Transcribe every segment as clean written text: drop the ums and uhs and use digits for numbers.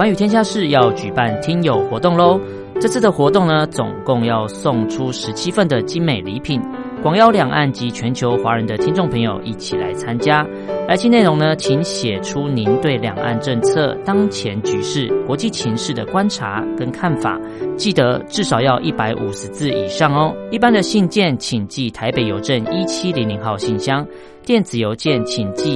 寰宇天下室要举办听友活动咯，这次的活动呢，总共要送出17份的精美礼品，广邀两岸及全球华人的听众朋友一起来参加。来信内容呢，请写出您对两岸政策、当前局势、国际情势的观察跟看法，记得至少要150字以上哦。一般的信件请寄台北邮政1700号信箱，电子邮件请寄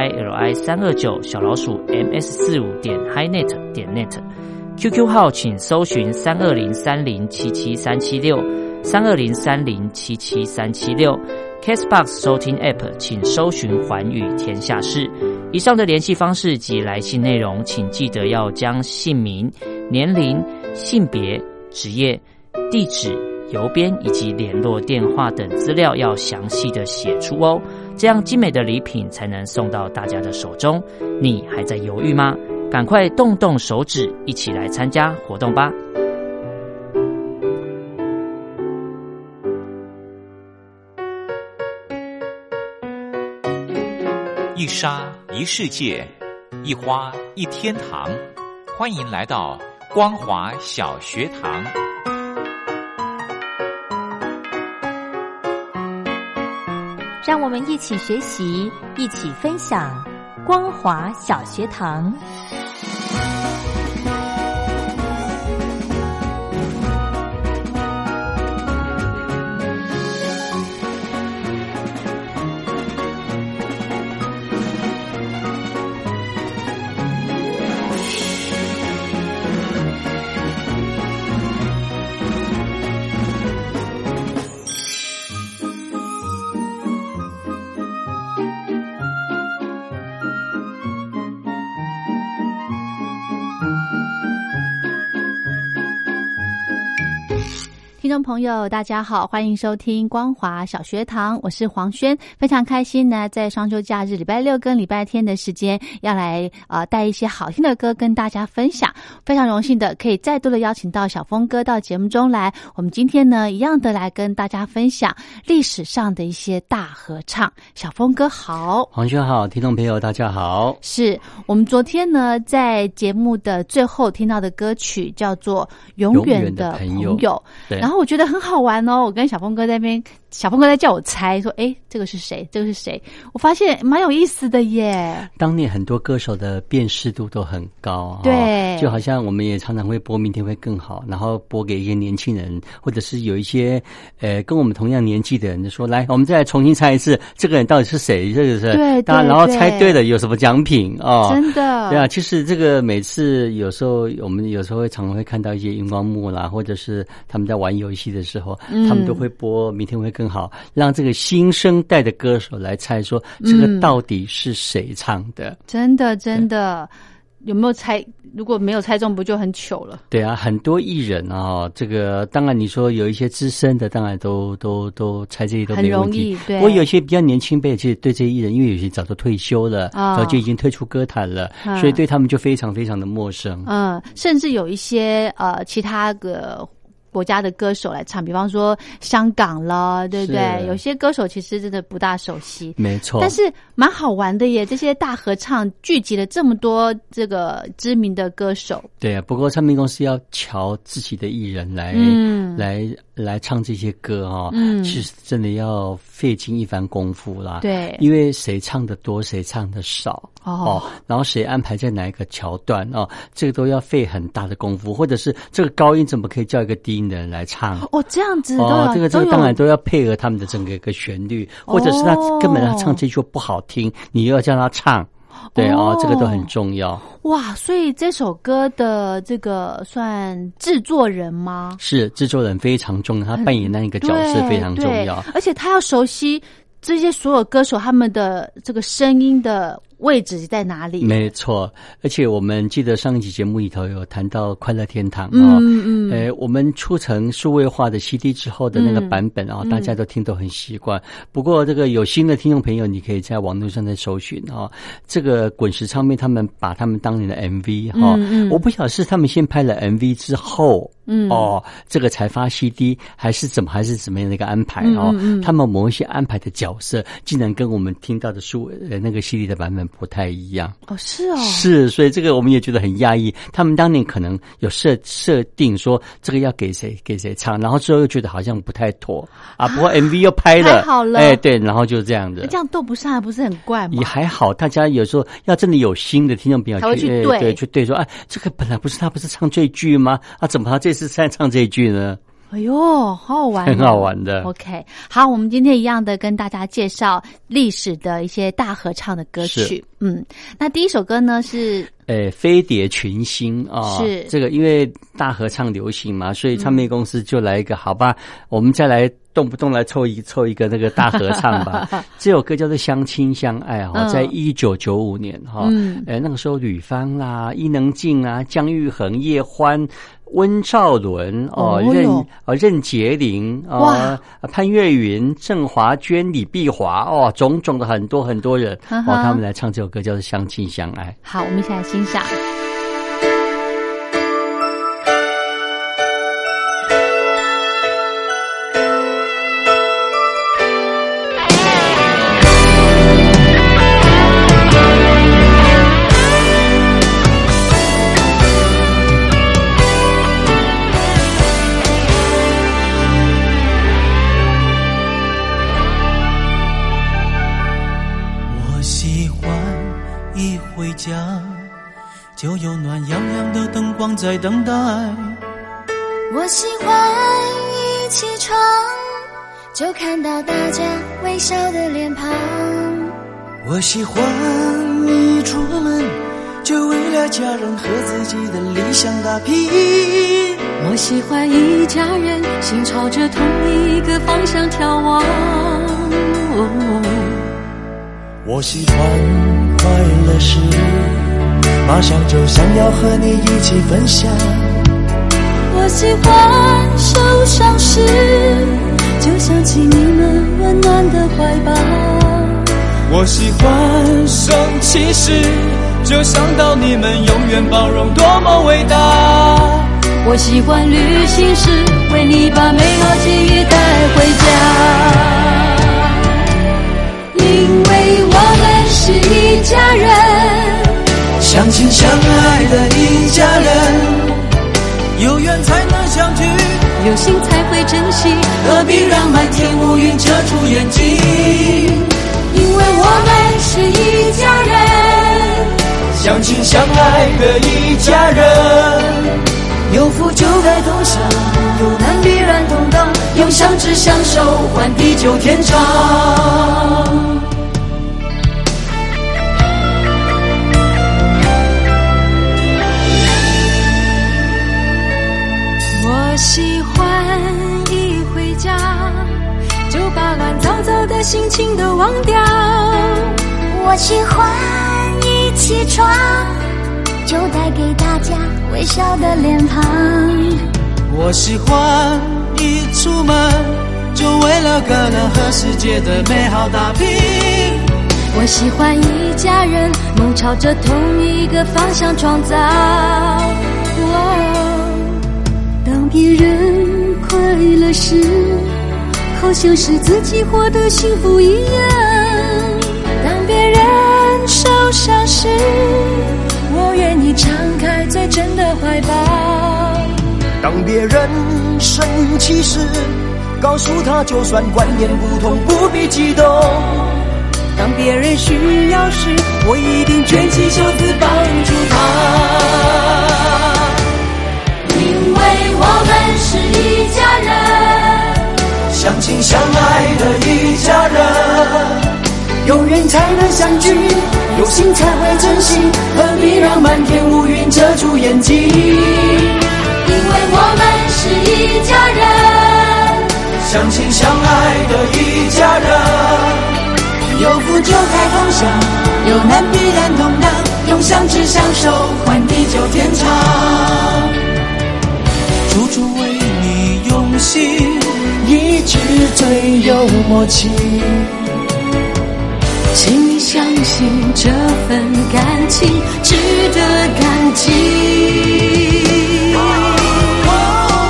lili329小老鼠ms45.highnet.net，QQ 号请搜寻3203077376，3203077376，Castbox 收听 App 请搜寻寰宇天下室。以上的联系方式及来信内容，请记得要将姓名、年龄、性别、职业、地址、邮编以及联络电话等资料要详细的写出哦，这样精美的礼品才能送到大家的手中。你还在犹豫吗？赶快动动手指，一起来参加活动吧！ 一沙一世界，一花一天堂。欢迎来到光华小学堂。 让我们一起学习，一起分享光华小学堂。听众朋友大家好，欢迎收听光华小学堂，我是黄轩，非常开心呢，在双休假日礼拜六跟礼拜天的时间要来带一些好听的歌跟大家分享，非常荣幸的可以再度的邀请到小峰哥到节目中来。我们今天呢一样的来跟大家分享历史上的一些大合唱。小峰哥好。 黄轩好，听众朋友大家好。 是我们昨天呢在节目的最后听到的歌曲叫做永远的朋友，然后我觉得很好玩哦，我跟小峰哥在那边，小峰哥在叫我猜说这个是谁，这个是谁，我发现蛮有意思的耶。 当年很多歌手的辨识度都很高， 对， 就好像我们也常常会播明天会更好，然后播给一些年轻人，或者是有一些跟我们同样年纪的人就说，来我们再来重新猜一次这个人到底是谁，这个是对， 当然然后猜对了有什么奖品哦， 真的。 对啊，其实这个每次有时候我们有时候会常常会看到一些荧光幕啦，或者是他们在玩游戏的时候，他们都会播明天会更好，让这个新生代的歌手来猜说这个到底是谁唱的。 真的真的，有没有猜？如果没有猜中不就很糗了？对啊，很多艺人啊，这个当然你说有一些资深的当然都猜这些都没问题，很容易。对，不过有些比较年轻辈其实对这些艺人，因为有些早就退休了，然后就已经退出歌坛了，所以对他们就非常非常的陌生。 甚至有一些其他个国家的歌手来唱，比方说香港了，对不对？有些歌手其实真的不大熟悉， 没错。 但是蛮好玩的耶，这些大合唱聚集了这么多这个知名的歌手。 对啊，不过唱片公司要瞧自己的艺人来唱这些歌哦，其实真的要费尽一番功夫啦。 对， 因为谁唱的多，谁唱的少然后谁安排在哪一个桥段这个都要费很大的功夫，或者是这个高音怎么可以叫一个低音的人来唱？ 这样子这个当然都要配合他们的整个一个旋律，或者是他根本他唱这句不好听，你又要叫他唱。对这个都很重要。 哇，所以这首歌的这个算制作人吗？ 是，制作人非常重要，他扮演那一个角色非常重要， 而且他要熟悉这些所有歌手他们的这个声音的位置在哪里？ 没错，而且我们记得上一期节目里头有谈到快乐天堂我们出成数位化的 CD 之后的那个版本大家都听都很习惯。不过这个有新的听众朋友，你可以在网络上再搜寻这个滚石唱片他们把他们当年的 MV 我不晓得是他们先拍了 MV 之后这个才发 CD 还是怎么样的一个安排他们某一些安排的角色竟然跟我们听到的那个 CD 的版本不太一样。是，所以这个我们也觉得很讶异，他们当年可能有设定说这个要给谁唱，然后之后又觉得好像不太妥不过 MV 又拍了， 太好了， 对，然后就这样的， 这样斗不上来不是很怪吗？ 也还好，大家有时候要真的有心的听众朋友才会去对， 去对说这个本来他不是唱这句吗？怎么他这次在唱这一句呢？ 哎呦，好好玩， 很好玩的。 OK， 好，我们今天一样的跟大家介绍历史的一些大合唱的歌曲。那第一首歌呢是飞碟群星是这个，因为大合唱流行嘛，所以唱片公司就来一个好吧，我们再来动不动来凑一个那个大合唱吧。这首歌叫做《相亲相爱》在1995年那个时候吕方啦、伊能静啊、姜育恒、叶欢、温兆伦任洁玲潘越云、郑华娟、李碧华种种的很多人他们来唱这首歌叫做《相亲相爱》。 好，我们一起来欣赏。 就有暖洋洋的灯光在等待。 我喜欢一起床就看到大家微笑的脸庞。 我喜欢一出门就为了家人和自己的理想打拼。 我喜欢一家人心朝着同一个方向眺望。 我喜欢快乐时马上就想要和你一起分享。 我喜欢受伤时就想起你们温暖的怀抱。 我喜欢生气时就想到你们永远包容多么伟大。 我喜欢旅行时为你把美好记忆带回家。因为我们是一家人， 相亲相爱的一家人，有缘才能相聚， 有心才会珍惜， 何必让满天乌云遮住眼睛。 因为我们是一家人， 相亲相爱的一家人，有福就该同享，有难必然同当，用相知相守换地久天长。 我喜欢一回家就把乱糟糟的心情都忘掉。 我喜欢一起床就带给大家微笑的脸庞。 我喜欢一出门就为了个人和世界的美好打拼。 我喜欢一家人梦朝着同一个方向创造。当别人快乐时好像是自己获得幸福一样。 当别人受伤时我愿意敞开最真的怀抱。 当别人生气时告诉他就算观念不同不必激动。当别人需要时我一定卷起袖子帮助他。 因为我们是一家人， 相亲相爱的一家人，有缘才能相聚，有心才会珍惜，何必让满天乌云遮住眼睛。 因为我们是一家人， 相亲相爱的一家人，有福就该同享，有难必然同当，用相知相守换地久天长。处处为你用心，一直最有默契， 请你相信这份感情值得感激。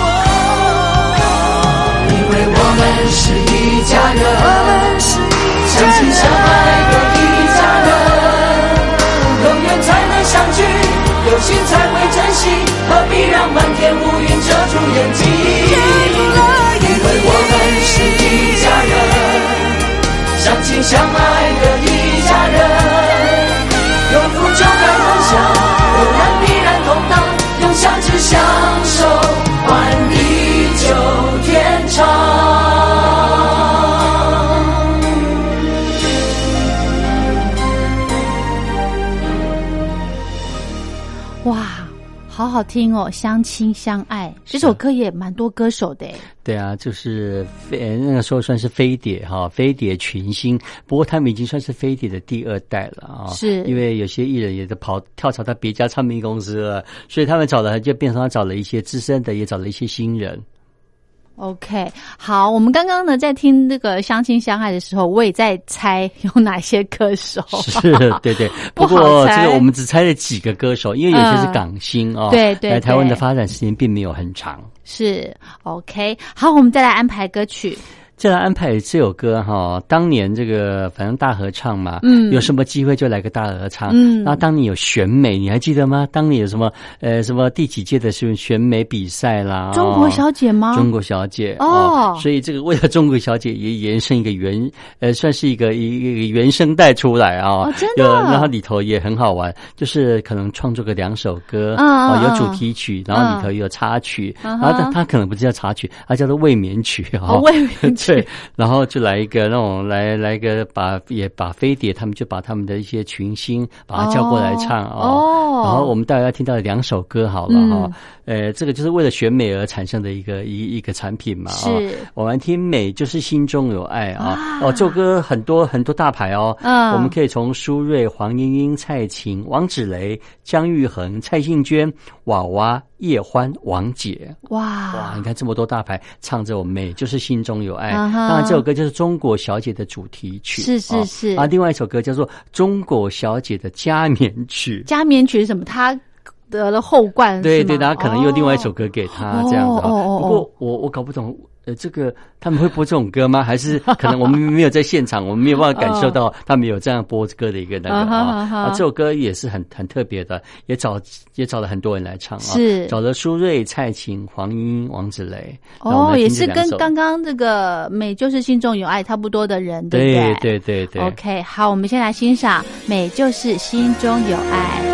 是一家人，相亲相爱的一家人，有缘才能相聚，有心才会珍惜，何必让漫天乌云遮住眼睛？因为我们是一家人，相亲相爱的一家人，有福就该同享，有难必然同当，用相知相守，换地久天长。 哇，好好听哦，相亲相爱这首歌也蛮多歌手的。 对啊，就是那个时候算是飞碟哈，飞碟群星，不过他们已经算是飞碟的第二代了啊。 是， 因为有些艺人也都跳槽到别家唱片公司了，所以他们就变成他找了一些资深的，也找了一些新人。 OK， 好，我们刚刚呢在听这个相亲相爱的时候，我也在猜有哪些歌手。 是，对对。不过这个我们只猜了几个歌手，因为有些是港星哦。 对对。 来台湾的发展时间并没有很长。 是 OK， 好，我们再来安排歌曲。 再来安排这首歌哈，当年这个反正大合唱嘛，有什么机会就来个大合唱。那当年有选美，你还记得吗？当年有什么第几届的选美比赛啦？ 中国小姐吗？ 中国小姐哦， 所以这个为了中国小姐也延伸一个算是一个原声带出来啊。 真的。 然后里头也很好玩，就是可能创作个2首歌有主题曲，然后里头有插曲，然后它可能不是叫插曲，它叫做卫冕曲卫冕曲。 对，然后就来一个那种来一个把飞碟他们就把他们的一些群星把它叫过来唱然后我们大家要听到2首歌好了哈。这个就是为了选美而产生的一个产品嘛。是，我们听美就是心中有爱啊。这首歌很多大牌哦。我们可以从苏芮、黄莺莺、蔡琴、王芷蕾、姜育恒、蔡幸娟、娃娃、叶欢、王杰。哇，你看这么多大牌唱着我美就是心中有爱。当然这首歌就是中国小姐的主题曲。是。另外一首歌叫做中国小姐的加冕曲。 加冕曲是什么？她得了后冠。 对，大家可能有另外一首歌给她这样子。不过我搞不懂。这个他们会播这种歌吗？还是可能我们没有在现场，我们没有办法感受到他们有这样播歌的一个那个这首歌也是很特别的，也找了很多人来唱是找了苏芮、蔡琴、黄莺莺、王芷蕾。 也是跟刚刚这个美就是心中有爱差不多的人，对不对？ 对。 OK， 好，我们先来欣赏美就是心中有爱。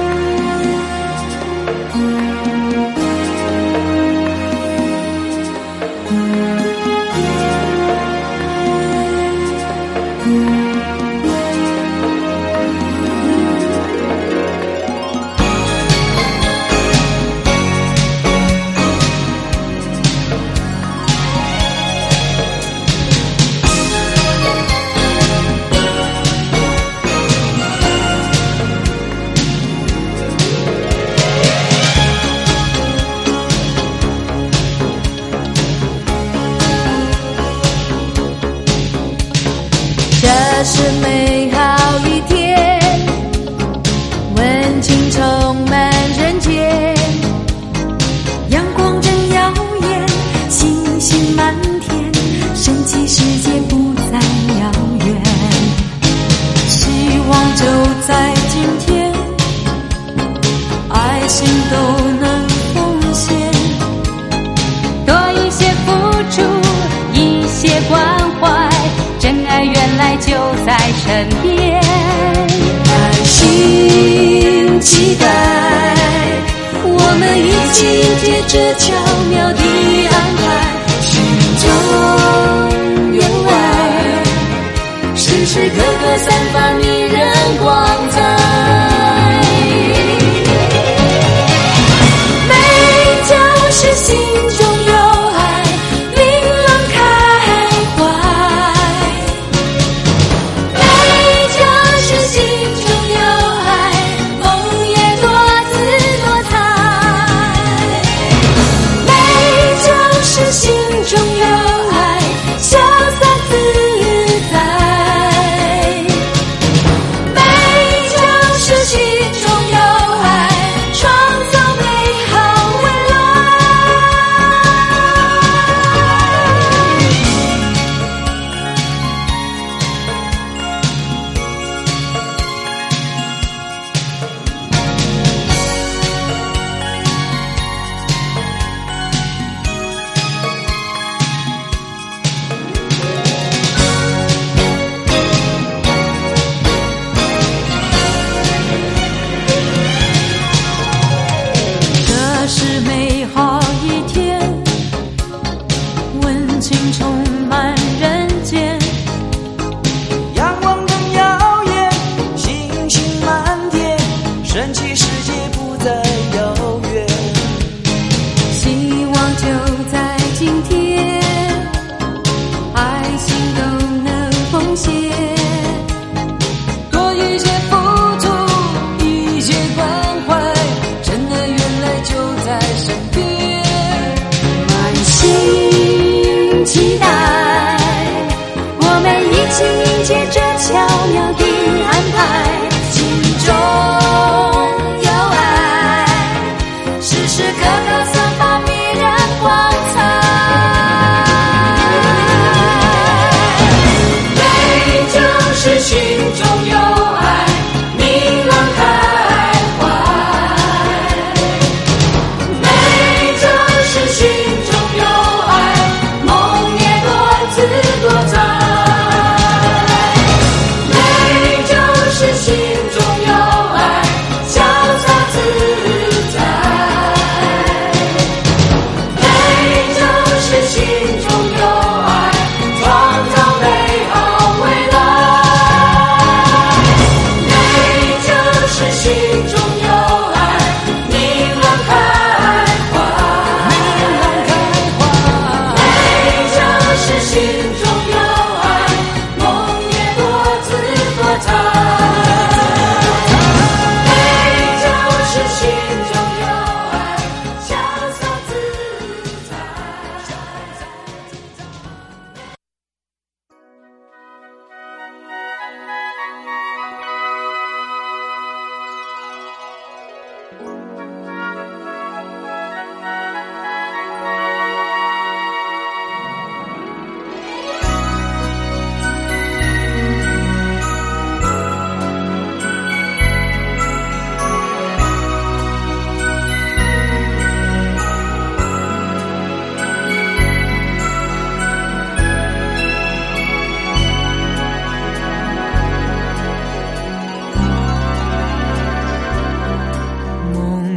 这是美好一天，温情充满人间，阳光正耀眼，星星满天，神奇世界不再遥远，希望就在今天，爱心都能奉献，多一些付出，一些关怀，真爱原来就在身边，开心期待，我们一起迎接这巧妙的安排，心中有爱，时时刻刻散发迷人光彩。美就是心中有爱，琳琅开怀。美就是心中有爱，梦也多姿多彩。美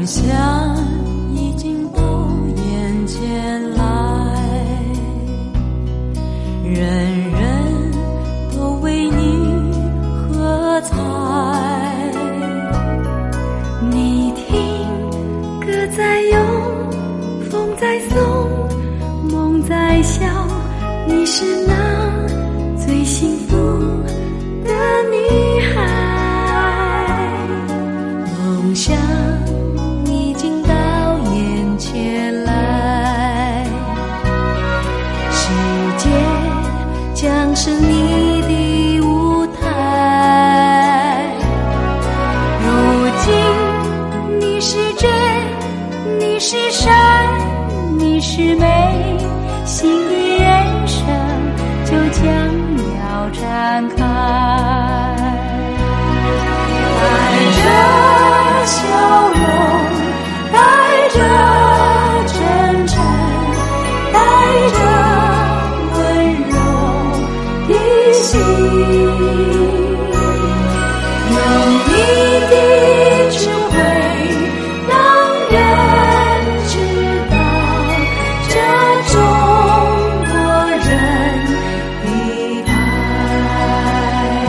梦想已经到眼前来，人人都为你喝彩。你听，歌在咏，风在颂，梦在笑，你是那最幸福的女孩。梦想已经到眼前来，世界将是你的舞台。如今你是真，你是善，你是美，新的人生就将要展开。带着笑容，带着真诚，带着温柔的心，用你的智慧让人知道这中国人的爱。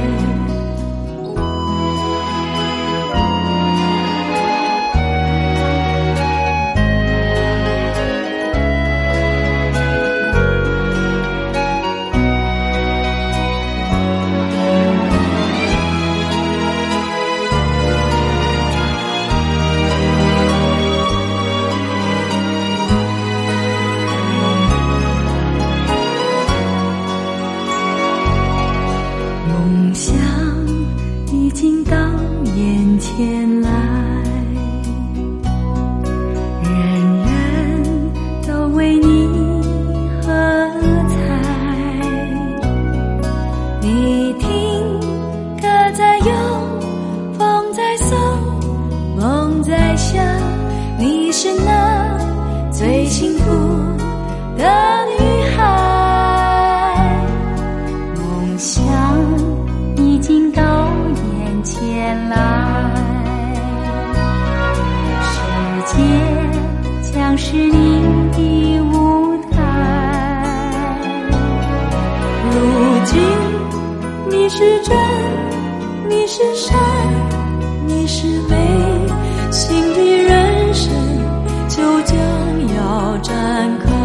梦想已经到眼前来，人人都为你喝彩。你听，歌在咏，风在颂，梦在笑，你是那最幸福的女孩。梦想已经到眼前来，世界将是你的舞台。如今你是真，你是善，你是美，新的人生就将要展开。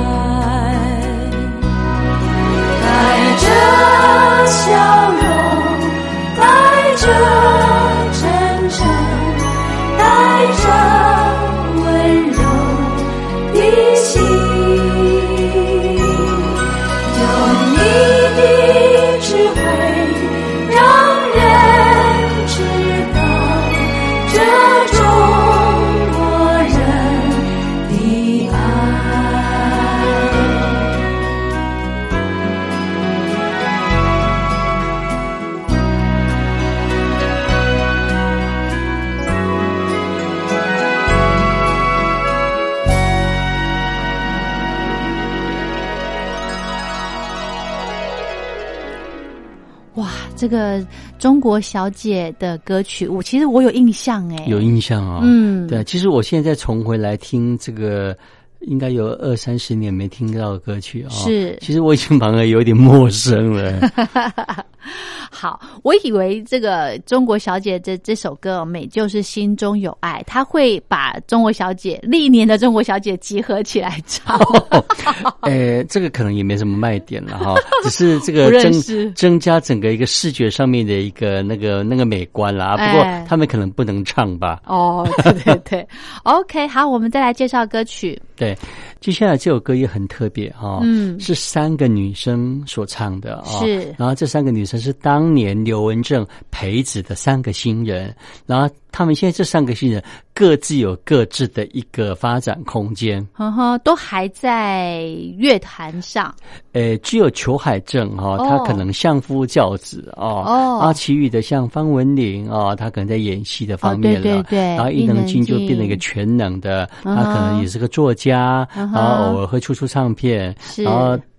带着笑容，带着真诚，带着温柔的心，用你的智慧让人知道这中国人的爱。 哇，这个中国小姐的歌曲，其实我有印象哎， 有印象啊、哦。 嗯， 对，其实我现在重回来听这个，应该有20-30年没听到的歌曲啊、哦。 是， 其实我已经反而有点陌生了。 好，我以为这个中国小姐这首歌美就是心中有爱，她会把中国小姐历年的中国小姐集合起来唱。 这个可能也没什么卖点了哈，只是这个增加整个一个视觉上面的一个那个美观啦。不过他们可能不能唱吧。 哦，对对对，OK， 好，我们再来介绍歌曲。 对，接下来这首歌也很特别哈，是3个女生所唱的啊、哦， 是， 然后这3个女生是当年刘文正陪子的3个新人，然后他们现在这3个新人各自有各自的一个发展空间， 都还在乐坛上。 只有裘海正哈、他可能相夫教子啊，其余的像方文琳啊，他可能在演戏的方面了， 对对对， 然后伊能静就变成一个全能的，他可能也是个作家，然后偶尔会出唱片，然后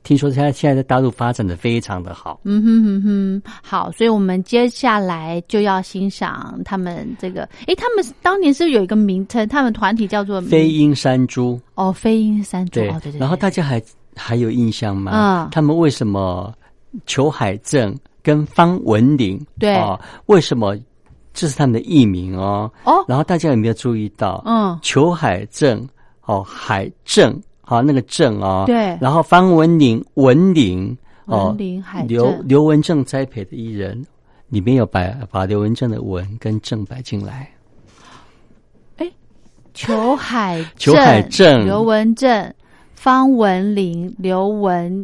听说现在在大陆发展的非常的好。 好，所以我们接下来就要欣赏他们这个，他们当年是不是有一个名称，他们团体叫做飞鹰山猪。 哦，飞鹰山猪， 对， 对。 然后大家还有印象吗？他们为什么裘海正跟方文琳， 对， 为什么这是他们的艺名哦？然后大家有没有注意到？裘海正，海正，那个正对， 然后方文琳，文琳， 海正， 刘文正栽培的艺人，里面有把刘文正的文跟正摆进来。 裘海正、 刘文正、方文琳、刘文，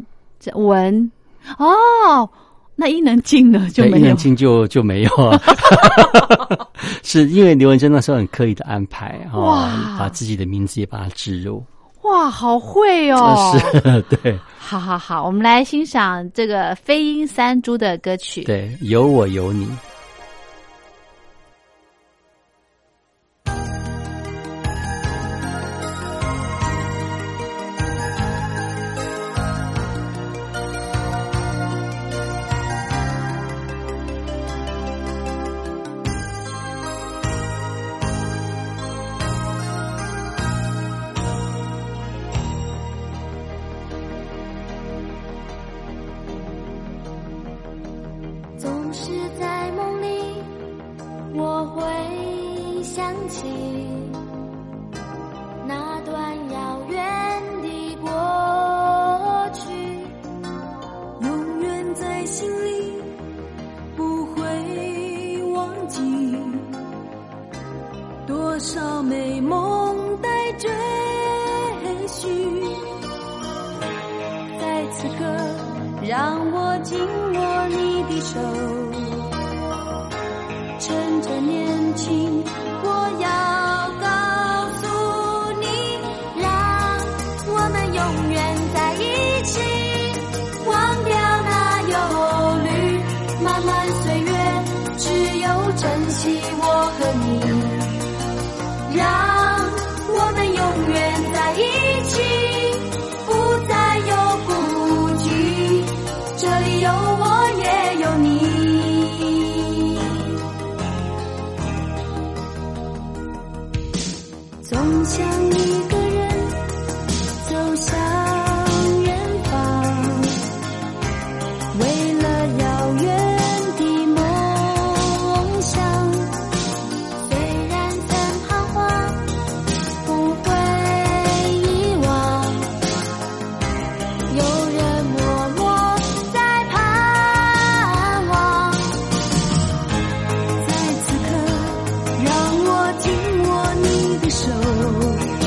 那伊能静呢就没有， 伊能静就没有了，是因为刘文正那时候很刻意的安排把自己的名字也把它置入。 哇，好会哦！ 是，对。 好，我们来欣赏这个飞鹰山猪的歌曲。 对，有我有你。 总是在梦里，我会想起那段遥远的过去， 永远在心里，不会忘记多少美梦待追寻。在此刻，让我紧握你的手，趁着年轻，我要告诉你，让我们永远在一起，忘掉那忧虑，漫漫岁月，只有珍惜我和你，让我们永远在一起，不再有孤寂，这里有我也有你。总想一个人走向远方，为了遥远的梦想，虽然曾彷徨，不会遗忘，有人默默在盼望，在此刻，让我紧握你的手，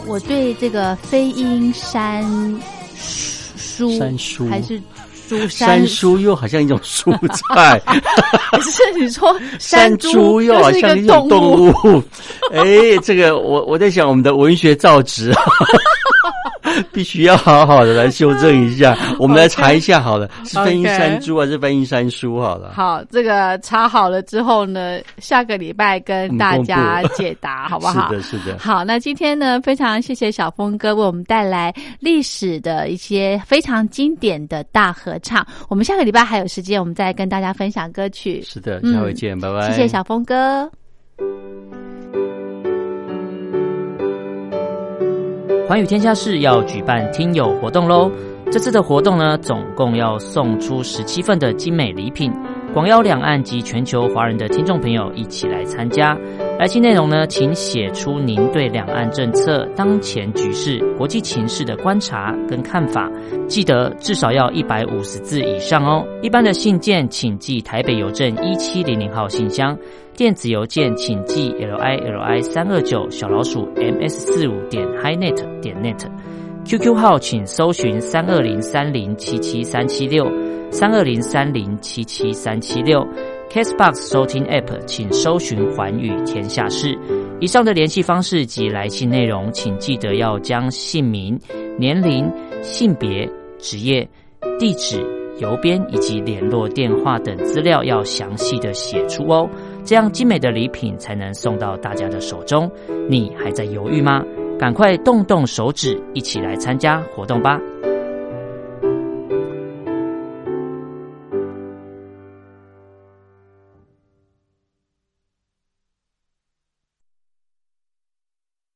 我对这个飞鹰山书还是山猪又好像一种蔬菜， 可是你说山猪又好像一种动物，这个我在想我们的文学造诣必须要好好的来修正一下。我们来查一下好了，是飞鹰山猪还是飞鹰山书好了。 好，这个查好了之后呢，下个礼拜跟大家解答好不好？ 是的。 好，那今天呢，非常谢谢小峰哥为我们带来历史的一些非常经典的大合唱。我们下个礼拜还有时间，我们再跟大家分享歌曲。 是的，下回见，拜拜。 谢谢小峰哥。 寰宇天下室要举办听友活动咯，这次的活动呢，总共要送出17份的精美礼品，广邀两岸及全球华人的听众朋友一起来参加。来信内容呢，请写出您对两岸政策、当前局势、国际情势的观察跟看法，记得至少要150字以上哦。一般的信件请寄台北邮政1700号信箱，电子邮件请寄 lili329@ms45.highnet.net，QQ 号请搜寻3230-77376，3230-77376，Castbox 收听 App 请搜寻寰宇天下事。以上的联系方式及来信内容，请记得要将姓名、年龄、性别、职业、地址、邮编以及联络电话等资料要详细的写出哦，这样精美的礼品才能送到大家的手中。你还在犹豫吗？赶快动动手指，一起来参加活动吧！